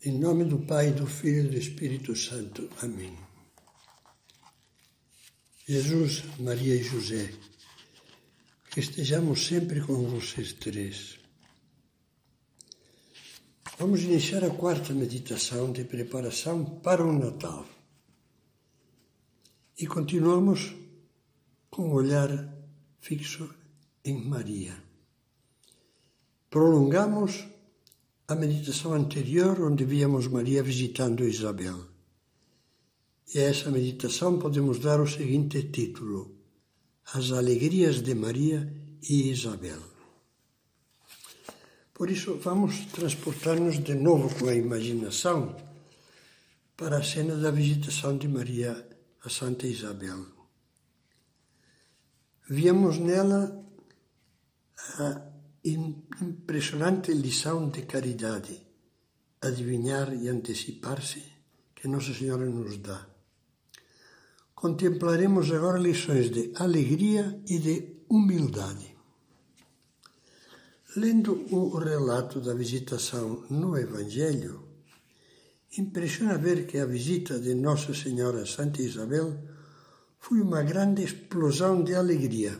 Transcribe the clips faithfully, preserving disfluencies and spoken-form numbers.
Em nome do Pai, do Filho e do Espírito Santo. Amém. Jesus, Maria e José, que estejamos sempre com vocês três. Vamos iniciar a quarta meditação de preparação para o Natal. E continuamos com o olhar fixo em Maria. Prolongamos a meditação anterior, onde víamos Maria visitando Isabel. E a essa meditação podemos dar o seguinte título: As Alegrias de Maria e Isabel. Por isso, vamos transportar-nos de novo com a imaginação para a cena da visitação de Maria a Santa Isabel. Víamos nela a impressionante lição de caridade, adivinhar e antecipar-se, que Nossa Senhora nos dá. Contemplaremos agora lições de alegria e de humildade. Lendo o relato da visitação no Evangelho, impressiona ver que a visita de Nossa Senhora a Santa Isabel foi uma grande explosão de alegria.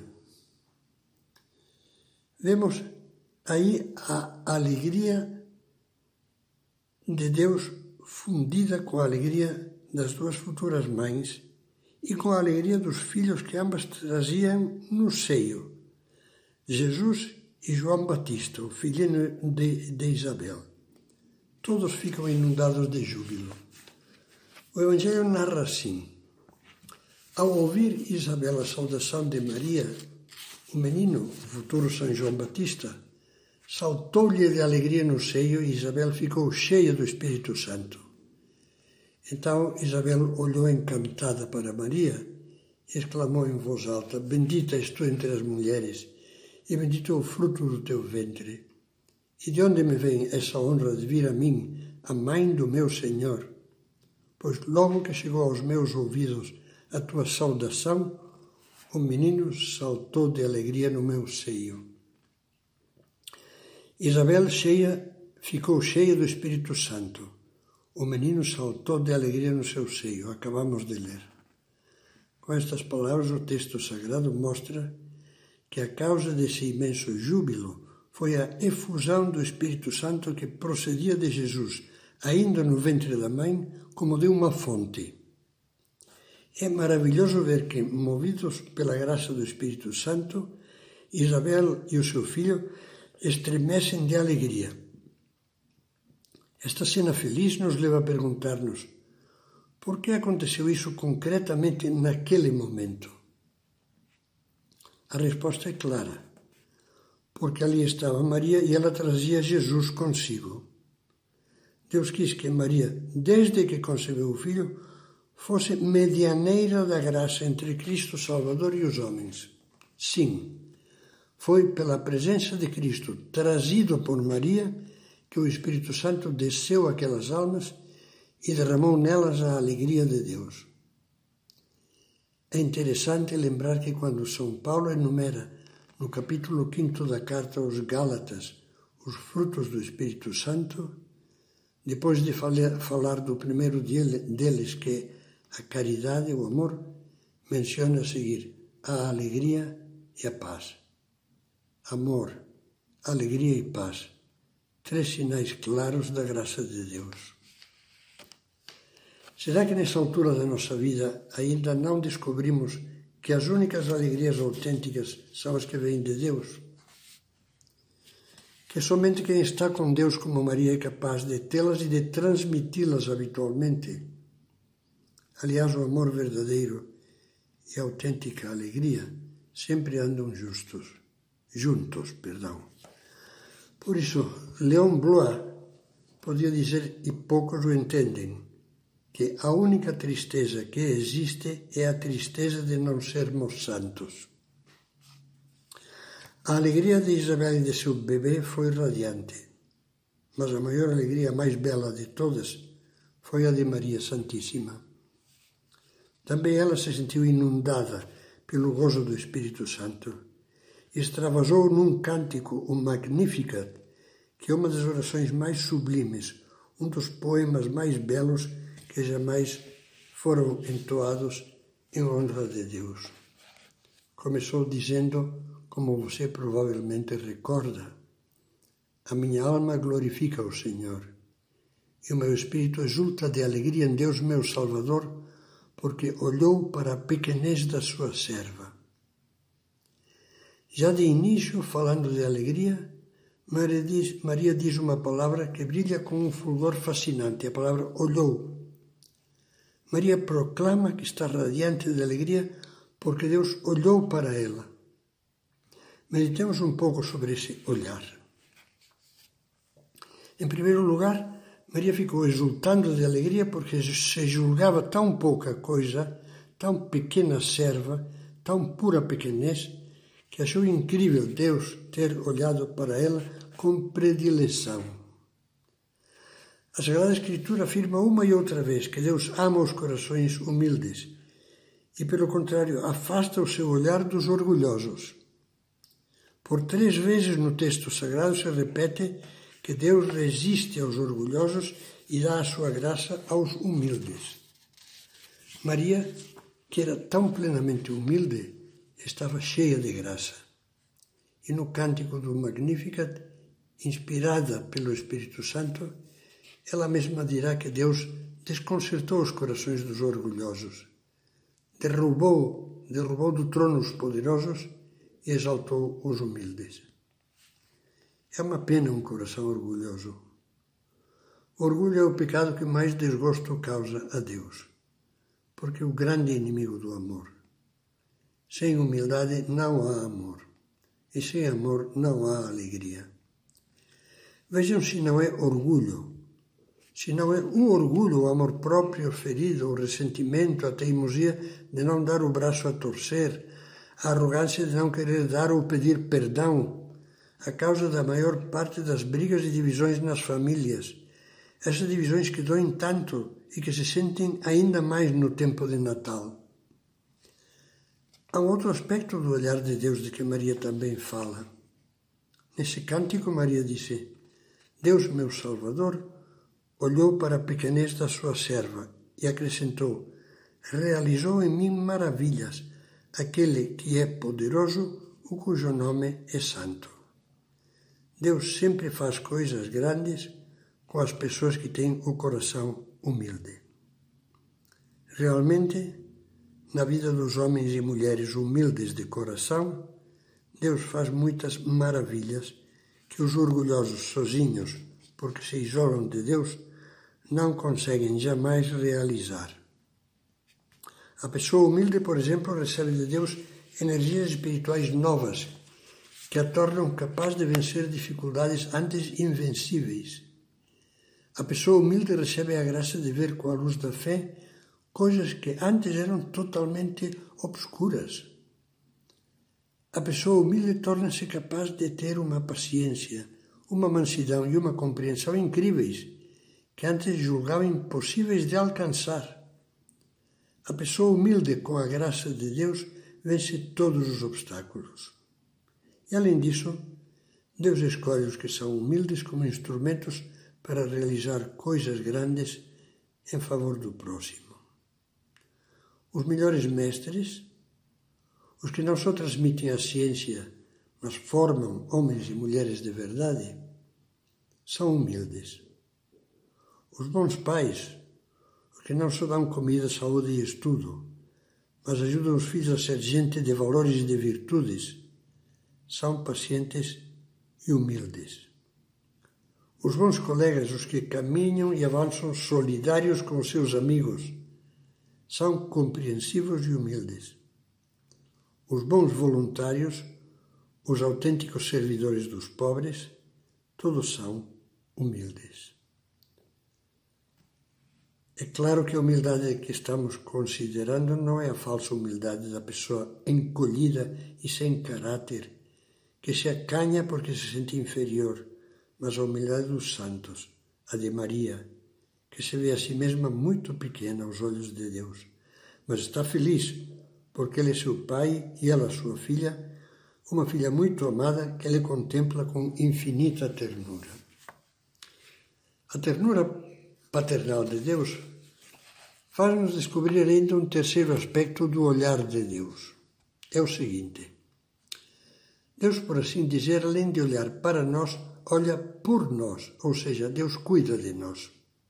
Vemos aí a alegria de Deus fundida com a alegria das duas futuras mães e com a alegria dos filhos que ambas traziam no seio, Jesus e João Batista, o filhinho de, de Isabel. Todos ficam inundados de júbilo. O Evangelho narra assim: ao ouvir Isabel a saudação de Maria, o menino, o futuro São João Batista, saltou-lhe de alegria no seio e Isabel ficou cheia do Espírito Santo. Então Isabel olhou encantada para Maria e exclamou em voz alta: Bendita és tu entre as mulheres, e bendito é o fruto do teu ventre. E de onde me vem essa honra de vir a mim, a mãe do meu Senhor? Pois logo que chegou aos meus ouvidos a tua saudação, o menino saltou de alegria no meu seio. Isabel cheia, ficou cheia do Espírito Santo. O menino saltou de alegria no seu seio. Acabamos de ler. Com estas palavras, o texto sagrado mostra que a causa desse imenso júbilo foi a efusão do Espírito Santo que procedia de Jesus, ainda no ventre da mãe, como de uma fonte. É maravilhoso ver que, movidos pela graça do Espírito Santo, Isabel e o seu filho estremecem de alegria. Esta cena feliz nos leva a perguntar-nos: por que aconteceu isso concretamente naquele momento? A resposta é clara: porque ali estava Maria e ela trazia Jesus consigo. Deus quis que Maria, desde que concebeu o Filho, fosse medianeira da graça entre Cristo Salvador e os homens. Sim, foi pela presença de Cristo, trazido por Maria, que o Espírito Santo desceu àquelas almas e derramou nelas a alegria de Deus. É interessante lembrar que quando São Paulo enumera, no capítulo quinto da carta aos Gálatas, os frutos do Espírito Santo, depois de falar do primeiro deles, que é a caridade e o amor, menciona a seguir a alegria e a paz. Amor, alegria e paz. Três sinais claros da graça de Deus. Será que nessa altura da nossa vida ainda não descobrimos que as únicas alegrias autênticas são as que vêm de Deus? Que somente quem está com Deus como Maria é capaz de tê-las e de transmiti-las habitualmente. Aliás, o amor verdadeiro e a autêntica alegria sempre andam justos, juntos, perdão. Por isso, Léon Blois podia dizer, e poucos o entendem, que a única tristeza que existe é a tristeza de não sermos santos. A alegria de Isabel e de seu bebê foi radiante, mas a maior alegria, a mais bela de todas, foi a de Maria Santíssima. Também ela se sentiu inundada pelo gozo do Espírito Santo e extravasou num cântico o Magnificat, que é uma das orações mais sublimes, um dos poemas mais belos que jamais foram entoados em honra de Deus. Começou dizendo, como você provavelmente recorda: a minha alma glorifica o Senhor, e o meu espírito exulta de alegria em Deus meu Salvador, porque olhou para a pequenez da sua serva. Já de início, falando de alegria, Maria diz, Maria diz uma palavra que brilha com um fulgor fascinante, a palavra olhou. Maria proclama que está radiante de alegria porque Deus olhou para ela. Meditemos um pouco sobre esse olhar. Em primeiro lugar, Maria ficou exultando de alegria porque se julgava tão pouca coisa, tão pequena serva, tão pura pequenez, que achou incrível Deus ter olhado para ela com predileção. A Sagrada Escritura afirma uma e outra vez que Deus ama os corações humildes e, pelo contrário, afasta o seu olhar dos orgulhosos. Por três vezes no texto sagrado se repete que Deus resiste aos orgulhosos e dá a sua graça aos humildes. Maria, que era tão plenamente humilde, estava cheia de graça. E no cântico do Magnificat, inspirada pelo Espírito Santo, ela mesma dirá que Deus desconcertou os corações dos orgulhosos, derrubou, derrubou do trono os poderosos e exaltou os humildes. É uma pena um coração orgulhoso. O orgulho é o pecado que mais desgosto causa a Deus, porque é o grande inimigo do amor. Sem humildade não há amor, e sem amor não há alegria. Vejam se não é orgulho, se não é um orgulho o amor próprio ferido, o ressentimento, a teimosia de não dar o braço a torcer, a arrogância de não querer dar ou pedir perdão, a causa da maior parte das brigas e divisões nas famílias, essas divisões que doem tanto e que se sentem ainda mais no tempo de Natal. Há um outro aspecto do olhar de Deus de que Maria também fala. Nesse cântico, Maria disse: Deus, meu Salvador, olhou para a pequenez da sua serva e acrescentou: realizou em mim maravilhas aquele que é poderoso, o cujo nome é santo. Deus sempre faz coisas grandes com as pessoas que têm o coração humilde. Realmente, na vida dos homens e mulheres humildes de coração, Deus faz muitas maravilhas que os orgulhosos sozinhos, porque se isolam de Deus, não conseguem jamais realizar. A pessoa humilde, por exemplo, recebe de Deus energias espirituais novas que a tornam capaz de vencer dificuldades antes invencíveis. A pessoa humilde recebe a graça de ver com a luz da fé coisas que antes eram totalmente obscuras. A pessoa humilde torna-se capaz de ter uma paciência, uma mansidão e uma compreensão incríveis, que antes julgava impossíveis de alcançar. A pessoa humilde, com a graça de Deus, vence todos os obstáculos. E, além disso, Deus escolhe os que são humildes como instrumentos para realizar coisas grandes em favor do próximo. Os melhores mestres, os que não só transmitem a ciência, mas formam homens e mulheres de verdade, são humildes. Os bons pais, os que não só dão comida, saúde e estudo, mas ajudam os filhos a ser gente de valores e de virtudes, são pacientes e humildes. Os bons colegas, os que caminham e avançam solidários com os seus amigos, são compreensivos e humildes. Os bons voluntários, os autênticos servidores dos pobres, todos são humildes. É claro que a humildade que estamos considerando não é a falsa humildade da pessoa encolhida e sem caráter, que se acanha porque se sente inferior, mas a humildade dos santos, a de Maria, que se vê a si mesma muito pequena aos olhos de Deus, mas está feliz porque ele é seu pai e ela sua filha, uma filha muito amada que ele contempla com infinita ternura. A ternura paternal de Deus faz-nos descobrir ainda um terceiro aspecto do olhar de Deus. É o seguinte: Deus, por assim dizer, além de olhar para nós, olha por nós, ou seja, Deus cuida de nós.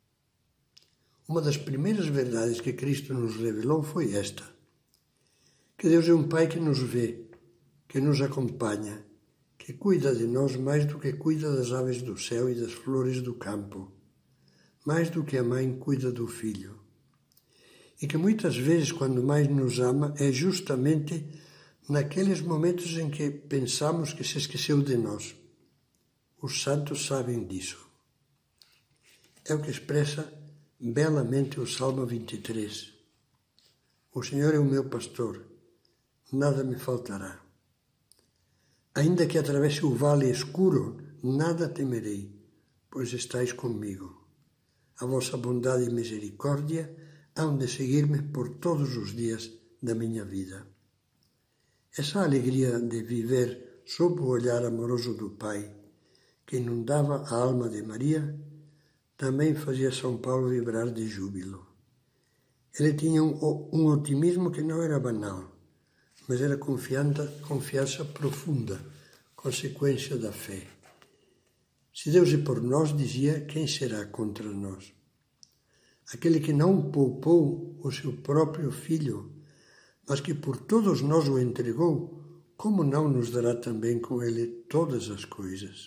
Uma das primeiras verdades que Cristo nos revelou foi esta: que Deus é um Pai que nos vê, que nos acompanha, que cuida de nós mais do que cuida das aves do céu e das flores do campo, mais do que a mãe cuida do filho. E que muitas vezes, quando mais nos ama, é justamente naqueles momentos em que pensamos que se esqueceu de nós. Os santos sabem disso. É o que expressa belamente o Salmo vinte e três. O Senhor é o meu pastor, nada me faltará. Ainda que atravesse o vale escuro, nada temerei, pois estais comigo. A vossa bondade e misericórdia hão de seguir-me por todos os dias da minha vida. Essa alegria de viver sob o olhar amoroso do Pai, que inundava a alma de Maria, também fazia São Paulo vibrar de júbilo. Ele tinha um, um otimismo que não era banal, mas era confiança, confiança profunda, consequência da fé. Se Deus é por nós, dizia, quem será contra nós? Aquele que não poupou o seu próprio Filho, mas que por todos nós o entregou, como não nos dará também com ele todas as coisas?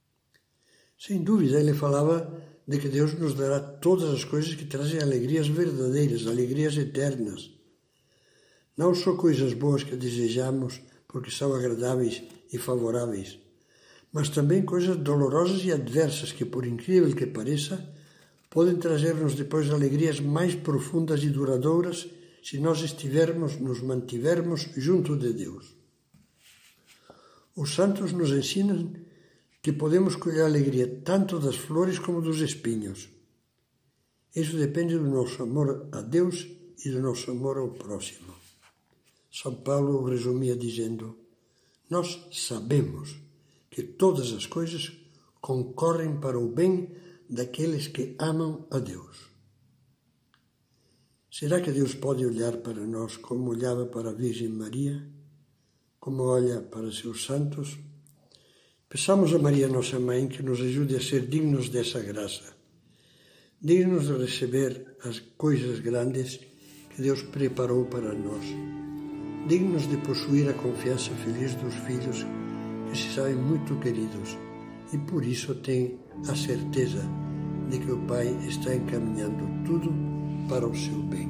Sem dúvida, ele falava de que Deus nos dará todas as coisas que trazem alegrias verdadeiras, alegrias eternas. Não só coisas boas que desejamos porque são agradáveis e favoráveis, mas também coisas dolorosas e adversas que, por incrível que pareça, podem trazer-nos depois alegrias mais profundas e duradouras se nós estivermos, nos mantivermos junto de Deus. Os santos nos ensinam que podemos colher alegria tanto das flores como dos espinhos. Isso depende do nosso amor a Deus e do nosso amor ao próximo. São Paulo resumia dizendo: nós sabemos que todas as coisas concorrem para o bem daqueles que amam a Deus. Será que Deus pode olhar para nós como olhava para a Virgem Maria, como olha para seus santos? Peçamos a Maria, nossa Mãe, que nos ajude a ser dignos dessa graça, dignos de receber as coisas grandes que Deus preparou para nós, dignos de possuir a confiança feliz dos filhos que se sabem muito queridos e por isso têm a certeza de que o Pai está encaminhando tudo para o seu bem.